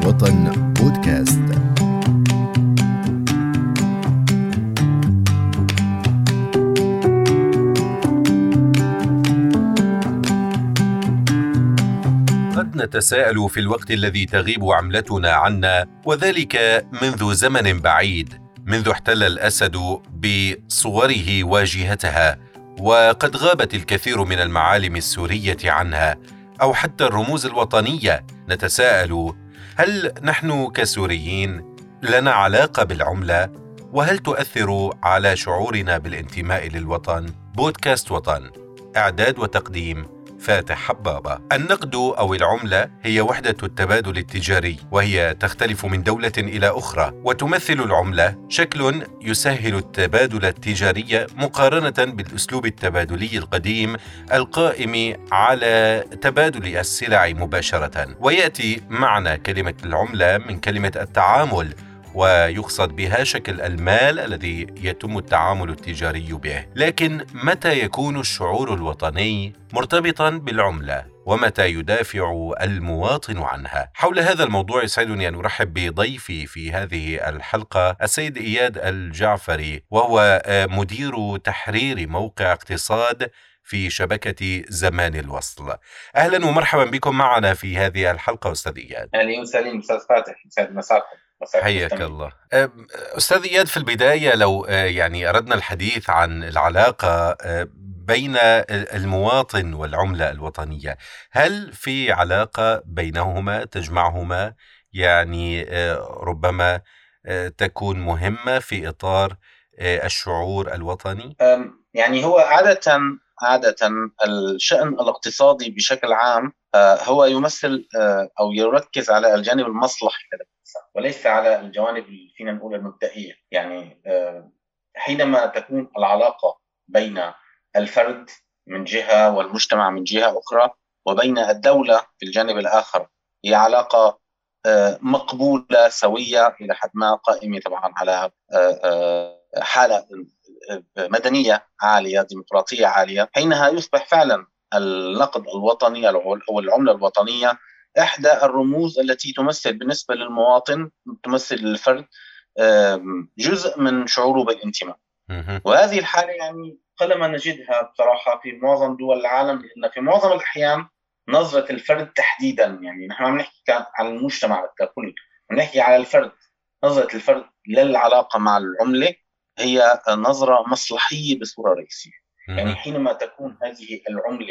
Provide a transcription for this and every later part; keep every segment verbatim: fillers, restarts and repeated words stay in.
وطن بودكاست. قد نتساءل في الوقت الذي تغيب عملتنا عنا، وذلك منذ زمن بعيد، منذ احتل الأسد بصوره واجهتها، وقد غابت الكثير من المعالم السورية عنها أو حتى الرموز الوطنية. نتساءل: هل نحن كسوريين لنا علاقة بالعملة؟ وهل تؤثر على شعورنا بالانتماء للوطن؟ بودكاست وطن، إعداد وتقديم فاتح حبابة. النقد أو العملة هي وحدة التبادل التجاري، وهي تختلف من دولة إلى أخرى، وتمثل العملة شكل يسهل التبادل التجاري مقارنة بالأسلوب التبادلي القديم القائم على تبادل السلع مباشرة. ويأتي معنى كلمة العملة من كلمة التعامل، ويقصد بها شكل المال الذي يتم التعامل التجاري به. لكن متى يكون الشعور الوطني مرتبطا بالعملة؟ ومتى يدافع المواطن عنها؟ حول هذا الموضوع يسعدني أن أرحب بضيفي في هذه الحلقة السيد إياد الجعفري، وهو مدير تحرير موقع اقتصاد في شبكة زمان الوصل. أهلا ومرحبا بكم معنا في هذه الحلقة أستاذ إياد. أهلا وسهلا أستاذ فاتح، يسعد مساكم. حياك الله. أستاذ إياد، في البداية لو يعني أردنا الحديث عن العلاقة بين المواطن والعملة الوطنية، هل في علاقة بينهما تجمعهما؟ يعني ربما تكون مهمة في إطار الشعور الوطني؟ يعني هو عادة عادة الشأن الاقتصادي بشكل عام هو يمثل أو يركز على الجانب المصلحي وليس على الجوانب اللي فينا نقول المبدئية. يعني حينما تكون العلاقة بين الفرد من جهة والمجتمع من جهة أخرى وبين الدولة في الجانب الآخر، هي علاقة مقبولة سوية إلى حد ما، قائمة طبعا على حالة مدنية عالية، ديمقراطية عالية، حينها يصبح فعلا النقد الوطني أو العملة الوطنية إحدى الرموز التي تمثل بالنسبة للمواطن، تمثل للفرد جزء من شعوره بالانتماء. وهذه الحالة يعني قلما نجدها بصراحة في معظم دول العالم، لأن في معظم الأحيان نظرة الفرد تحديدا، يعني نحن عم نحكي عن المجتمع ككل، نحكي على الفرد، نظرة الفرد للعلاقة مع العملة هي نظرة مصلحية بصورة رئيسية. يعني حينما تكون هذه العملة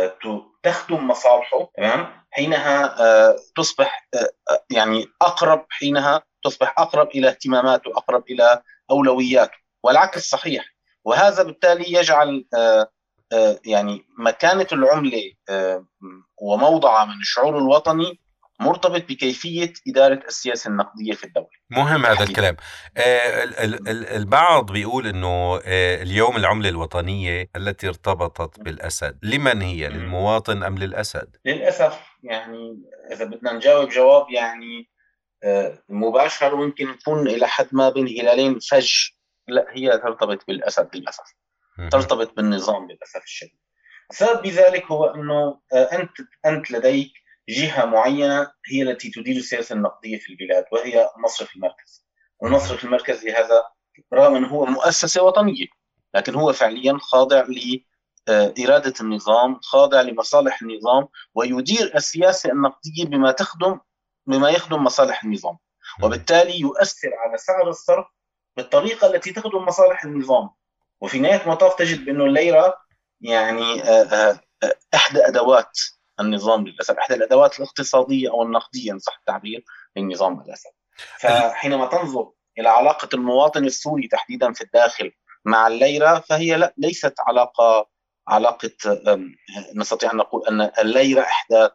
تخدم مصالحه، تمام، حينها تصبح يعني أقرب، حينها تصبح أقرب إلى اهتماماته، أقرب إلى أولوياته، والعكس صحيح. وهذا بالتالي يجعل يعني مكانة العملة وموضعها من الشعور الوطني مرتبط بكيفية إدارة السياسة النقدية في الدولة. مهم هذا الكلام. آه البعض بيقول إنه آه اليوم العملة الوطنية التي ارتبطت بالأسد، لمن هي؟ للمواطن أم للأسد؟ للأسف يعني إذا بدنا نجاوب جواب يعني آه مباشر ويمكن يكون إلى حد ما بين هلالين فج، لا، هي ترتبط بالأسد للأسف، ترتبط بالنظام للأسف الشديد. السبب بذلك هو أنه آه أنت أنت لديك جهة معينة هي التي تدير السياسة النقدية في البلاد، وهي المصرف المركزي. والمصرف المركزي هذا رغم أنه هو مؤسسة وطنية، لكن هو فعليا خاضع لإرادة النظام، خاضع لمصالح النظام، ويدير السياسة النقدية بما تخدم بما يخدم مصالح النظام، وبالتالي يؤثر على سعر الصرف بالطريقة التي تخدم مصالح النظام. وفي نهاية المطاف تجد بأنه الليرة يعني إحدى أدوات النظام للأسف، إحدى الأدوات الاقتصادية أو النقدية إن صح التعبير للنظام للأسف. فحينما تنظر إلى علاقة المواطن السوري تحديدا في الداخل مع الليرة، فهي لا ليست علاقة علاقة نستطيع أن نقول أن الليرة إحدى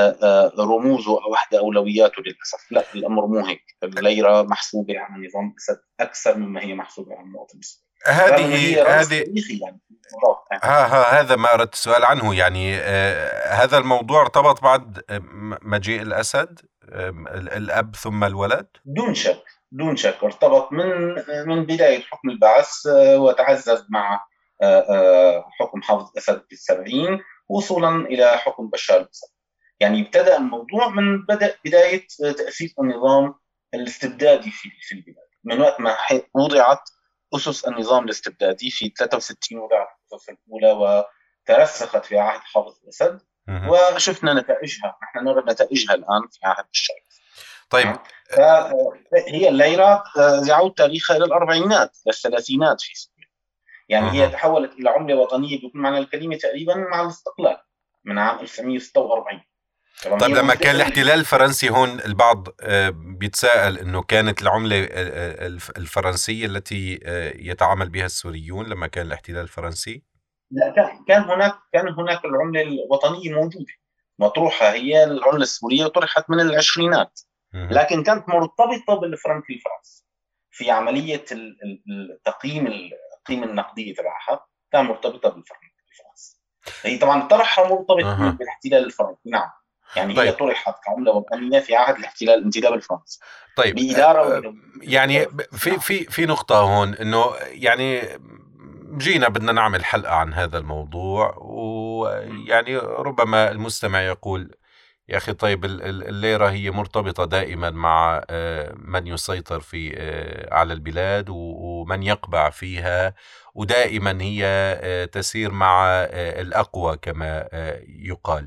رموزه أو إحدى أولوياته للأسف. لا، الأمر مو هيك. الليرة محسوبة على النظام أكثر مما هي محسوبة على المواطن السوري. هذه هذه يعني. ها ها هذا ما أردت السؤال عنه. يعني آه هذا الموضوع ارتبط بعد مجيء الأسد، آه الأب ثم الولد؟ دون شك دون شك ارتبط من من بداية حكم البعث، آه وتعزز مع آه آه حكم حافظ الأسد بالسبعين وصولا إلى حكم بشار الأسد. يعني ابتدأ الموضوع من بدأ بداية تأسيس النظام الاستبدادي في في البلاد، من وقت ما وضعت أسس النظام الاستبدادي في ثلاثة وستين وضعت الأسس الأولى وترسخت في عهد حافظ الأسد، وشفنا نتائجها، نحن نرى نتائجها الآن في عهد بشار الأسد. طيب فهي الليرة يعود تاريخها إلى الأربعينات للثلاثينات في سوريا، يعني أه. هي تحولت إلى عملة وطنية بكل معنى الكلمة تقريبا مع الاستقلال من عام ألف وتسعمائة وستة وأربعين. طيب لما كان الاحتلال الفرنسي هون البعض بيتساءل انه كانت العملة الفرنسية التي يتعامل بها السوريون لما كان الاحتلال الفرنسي؟ لا، كان هناك كان هناك العملة الوطنية موجودة مطروحة، هي العملة السورية طرحت من العشرينات، لكن كانت مرتبطة بالفرنك الفرنسي في عملية التقييم القيمة النقدية تبعها، كان مرتبطة بالفرنك الفرنسي. هي طبعا طرحها مرتبط أه. بالاحتلال الفرنسي، نعم، يعني طيب. هي طرحت كعملة وطنية في عهد الاحتلال الانتداب الفرنسي. طيب بإدارة يعني في في في نقطة هون انه يعني جينا بدنا نعمل حلقة عن هذا الموضوع، ويعني ربما المستمع يقول يا أخي طيب الليرة هي مرتبطة دائما مع من يسيطر في على البلاد ومن يقبع فيها، ودائما هي تسير مع الأقوى كما يقال.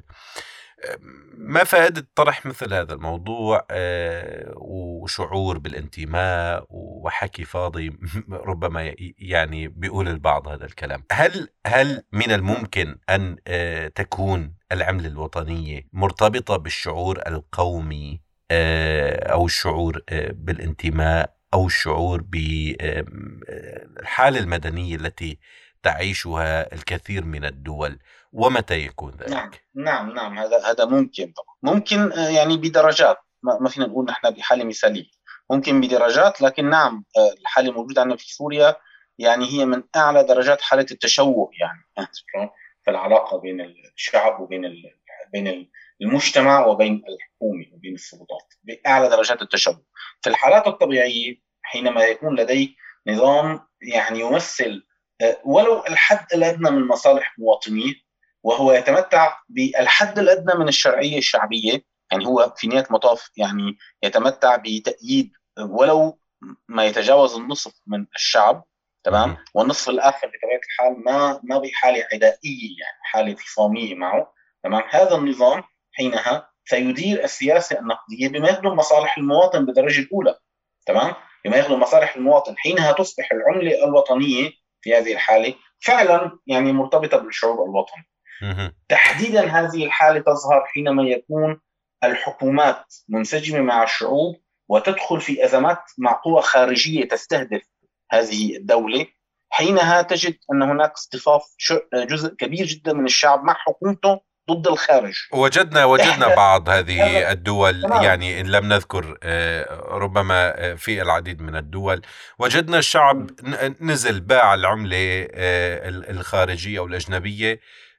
ما فائدة طرح مثل هذا الموضوع وشعور بالانتماء وحكي فاضي ربما يعني بيقول البعض هذا الكلام؟ هل هل من الممكن أن تكون العملة الوطنية مرتبطة بالشعور القومي أو الشعور بالانتماء أو الشعور بالحالة المدنية التي تعيشها الكثير من الدول، ومتى يكون ذلك؟ نعم نعم نعم هذا هذا ممكن طبعا، ممكن يعني بدرجات، ما فينا نقول نحن بحالة مثالية، ممكن بدرجات، لكن نعم الحالة موجودة عندنا في سوريا يعني هي من أعلى درجات حالة التشوه، يعني في العلاقة بين الشعب وبين بين المجتمع وبين الحكومة وبين السلطات، بأعلى درجات التشوه. في الحالات الطبيعية حينما يكون لديك نظام يعني يمثل ولو الحد الأدنى من مصالح مواطنيه، وهو يتمتع بالحد الأدنى من الشرعية الشعبية، يعني هو في نهاية المطاف يعني يتمتع بتأييد ولو ما يتجاوز النصف من الشعب، تمام، والنصف الآخر بطبيعة الحال ما ما بحالة عدائية، يعني حالة فصامية معه، تمام. هذا النظام حينها سيدير السياسة النقدية بما يخدم مصالح المواطن بالدرجة الأولى، تمام، بما يخدم مصالح المواطن. حينها تصبح العملة الوطنية في هذه الحالة فعلا يعني مرتبطة بالشعور الوطني. تحديدا هذه الحالة تظهر حينما يكون الحكومات منسجمة مع الشعوب وتدخل في أزمات مع قوى خارجية تستهدف هذه الدولة. حينها تجد أن هناك اصطفاف جزء كبير جدا من الشعب مع حكومته ضد الخارج. وجدنا وجدنا بعض هذه الدول، يعني إن لم نذكر ربما في العديد من الدول وجدنا الشعب نزل باع العملة الخارجية أو الأجنبية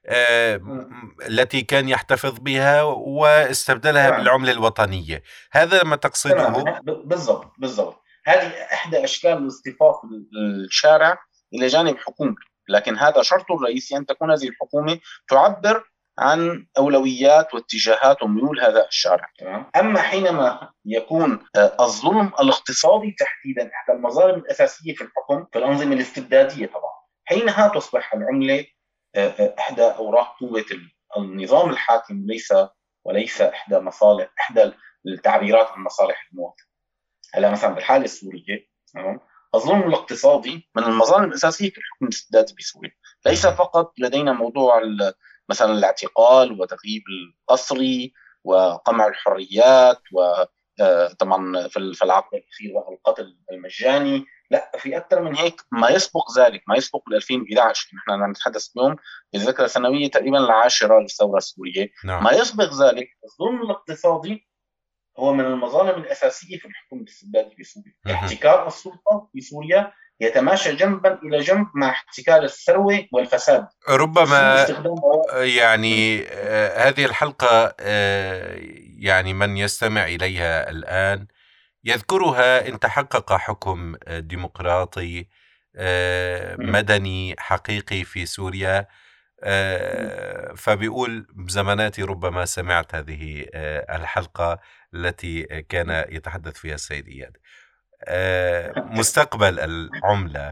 التي كان يحتفظ بها واستبدلها تمام. بالعملة الوطنية. هذا ما تقصده؟ بالضبط بالضبط هذه إحدى أشكال الاصطفاف الشارع إلى جانب حكومته، لكن هذا شرط الرئيسي أن تكون هذه الحكومة تعبر عن أولويات واتجاهات وميول هذا الشارع، تمام. أما حينما يكون الظلم الاقتصادي تحديدا إحدى المظالم الأساسية في الحكم في الأنظمة الاستبدادية طبعا، حينها تصبح العملة إحدى أوراق قوة النظام الحاكم، ليس وليس إحدى مصالح إحدى التعبيرات عن مصالح المواطن. هلا مثلا بالحالة السورية الظلم الاقتصادي من المظالم الأساسية في الحكم الاستبدادي بسوريا. ليس فقط لدينا موضوع مثلا الاعتقال وتغييب القسري وقمع الحريات وطبعا في العقد الأخير والقتل المجاني، لا، في أكثر من هيك. ما يسبق ذلك، ما يسبق ل ألفين وإحدى عشر، نحن نتحدث اليوم بالذكرى السنوية تقريبا العاشرة للثورة السورية. نعم. ما يسبق ذلك الظلم الاقتصادي هو من المظالم الأساسية في الحكم الاستبدادي في سوريا. احتكار السلطة في سوريا يتماشى جنبا إلى جنب مع احتكار الثروة والفساد. ربما يعني آه هذه الحلقة آه يعني من يستمع إليها الآن يذكرها إن تحقق حكم ديمقراطي آه مدني حقيقي في سوريا، فبيقول بزماناتي ربما سمعت هذه الحلقة التي كان يتحدث فيها السيد إياد. مستقبل العملة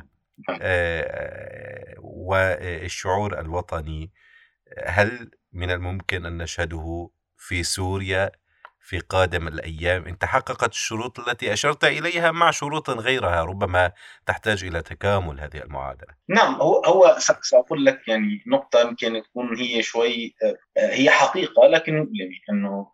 والشعور الوطني، هل من الممكن أن نشهده في سوريا في قادم الأيام إن تحققت الشروط التي أشرت إليها مع شروط غيرها ربما تحتاج إلى تكامل هذه المعادلة؟ نعم، هو هو سأقول لك يعني نقطة يمكن تكون هي شوي هي حقيقة، لكن أنه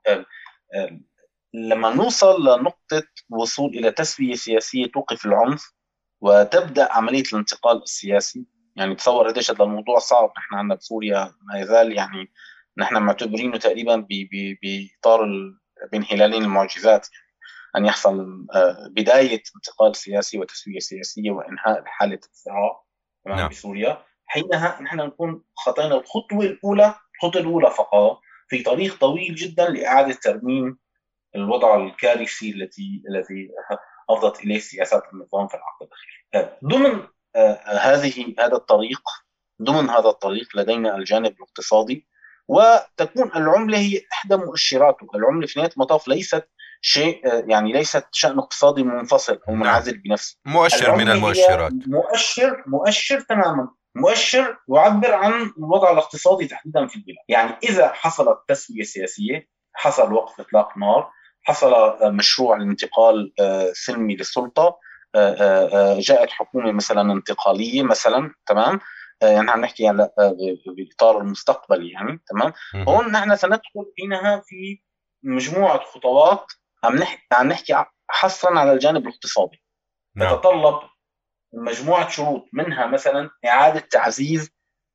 لما نوصل لنقطة وصول إلى تسوية سياسية توقف العنف وتبدأ عملية الانتقال السياسي، يعني تصور قديش هذا الموضوع صعب. نحن عندنا بسوريا ما يزال يعني نحن معتبرينه تقريبا بإطار بين هلالين المعجزات، يعني أن يحصل بداية انتقال سياسي وتسوية سياسية وإنهاء حالة الصراع نعم. بسوريا. حينها نحن نكون خطينا الخطوة الأولى الخطوة الأولى فقط في طريق طويل جدا لإعادة ترميم الوضع الكارثي التي الذي أفضت إليه سياسات النظام في العقد الأخير. ضمن هذه هذا الطريق ضمن هذا الطريق لدينا الجانب الاقتصادي، وتكون العملة هي إحدى مؤشراته. العملة في نهاية المطاف ليست شيء يعني ليست شأن اقتصادي منفصل أو منعزل نعم. بنفسه، مؤشر من المؤشرات، مؤشر مؤشر تماما مؤشر يعبر عن الوضع الاقتصادي تحديدا في البلاد. يعني إذا حصلت تسوية سياسية، حصل وقف إطلاق نار، حصل مشروع الانتقال سلمي للسلطة، جاءت حكومة مثلا انتقالية مثلا تمام، يعني عم نحكي على بإطار المستقبل يعني تمام. هون نحن سندخل حينها في مجموعة خطوات عم نحكي عم نحكي حصرا على الجانب الاقتصادي، تتطلب مجموعة شروط، منها مثلا إعادة تعزيز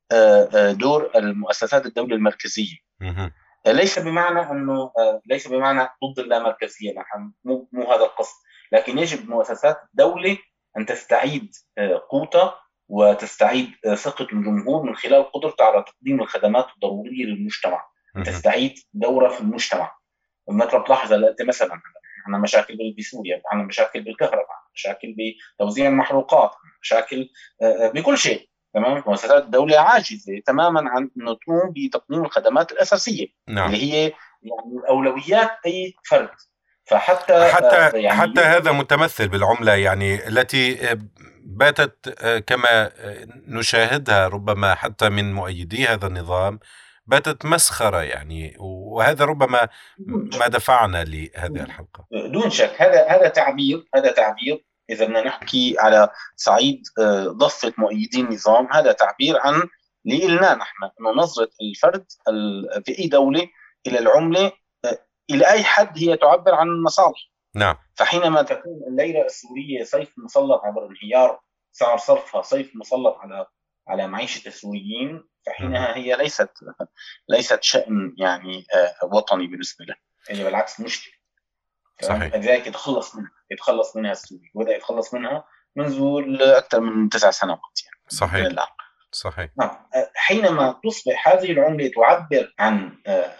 دور المؤسسات الدولة المركزية. ليس بمعنى أنه ليس بمعنى ضد اللامركزية، نحن مو مو هذا القصد، لكن يجب مؤسسات الدولة أن تستعيد قوتها وتستعيد ثقة الجمهور من خلال قدرتها على تقديم الخدمات الضرورية للمجتمع، تستعيد دورة في المجتمع. مثل تلاحظ أنت مثلا عندنا مشاكل بسوريا، عندنا مشاكل بالكهرباء، مشاكل بتوزيع المحروقات، مشاكل بكل شيء تمام. مؤسسات الدولة عاجزة تماما عن أن تقوم بتقديم الخدمات الأساسية نعم. اللي هي يعني أولويات أي فرد. فحتى حتى يعني حتى هذا متمثل بالعملة يعني التي باتت كما نشاهدها ربما حتى من مؤيدي هذا النظام باتت مسخرة يعني، وهذا ربما ما دفعنا لهذه الحلقة. دون شك هذا هذا تعبير هذا تعبير إذا بدنا نحكي على صعيد ضفة مؤيدي النظام، هذا تعبير عن اللي قلنا نحن إنه نظرة الفرد في أي دولة إلى العملة إلى أي حد هي تعبر عن المصالح. نعم. فحينما تكون الليرة السورية سيف مسلط عبر انهيار سعر صرفها، سيف مسلط على على معيشة السوريين، فحينها هي ليست ليست شأن يعني وطني بالنسبة له، هي بالعكس مشكلة. صحيح. لذلك يتخلص منها يتخلص منها السوري، وبدأ يتخلص منها منذ أكثر من تسع سنوات يعني. صحيح. صحيح. نعم. حينما تصبح هذه العملة تعبر عن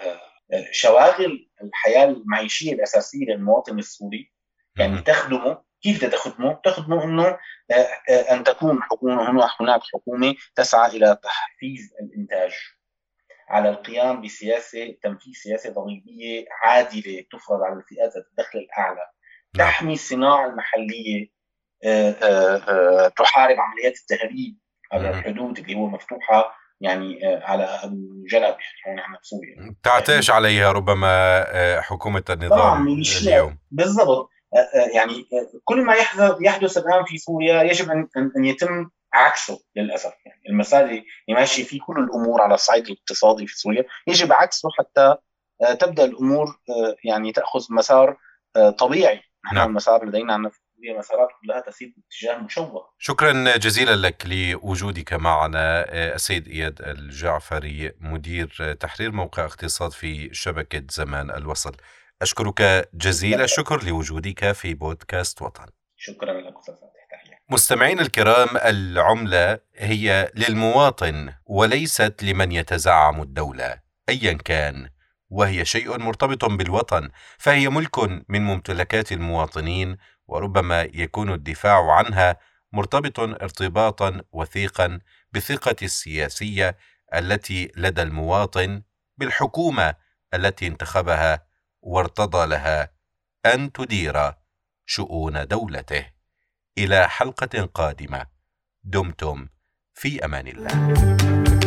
شواغل الحياة المعيشية الأساسية للمواطن السوري، يعني تخدمه، كيف تخدمه؟ تخدمه إنه أن تكون حكومة هناك حكومة تسعى إلى تحفيز الإنتاج، على القيام بسياسة تنفيذ سياسة ضريبية عادلة تفرض على الفئات ذات الدخل الأعلى، تحمي الصناعة المحلية، تحارب عمليات التهريب على الحدود اللي هو مفتوحة يعني على الجنب يعني عن سوريا، تعتاش عليها ربما حكومة النظام اليوم. بالضبط. يعني كل ما يحدث الآن في سوريا يجب أن يتم عكسه للأسف. يعني المسار يمشي فيه كل الأمور على الصعيد الاقتصادي في سوريا يجب عكسه حتى تبدأ الأمور يعني تأخذ مسار طبيعي. نحن نعم. المسار لدينا عندنا في سوريا مسارات كلها تسير باتجاه مشوه. شكرا جزيلا لك لوجودك معنا السيد إياد الجعفري، مدير تحرير موقع اقتصاد في شبكة زمان الوصل. أشكرك جزيل الشكر لوجودك في بودكاست وطن. شكرا لك أستاذ. مستمعين الكرام، العملة هي للمواطن وليست لمن يتزعم الدولة أيا كان، وهي شيء مرتبط بالوطن، فهي ملك من ممتلكات المواطنين، وربما يكون الدفاع عنها مرتبط ارتباطا وثيقا بالثقة السياسية التي لدى المواطن بالحكومة التي انتخبها وارتضى لها أن تدير شؤون دولته. إلى حلقة قادمة، دمتم في أمان الله.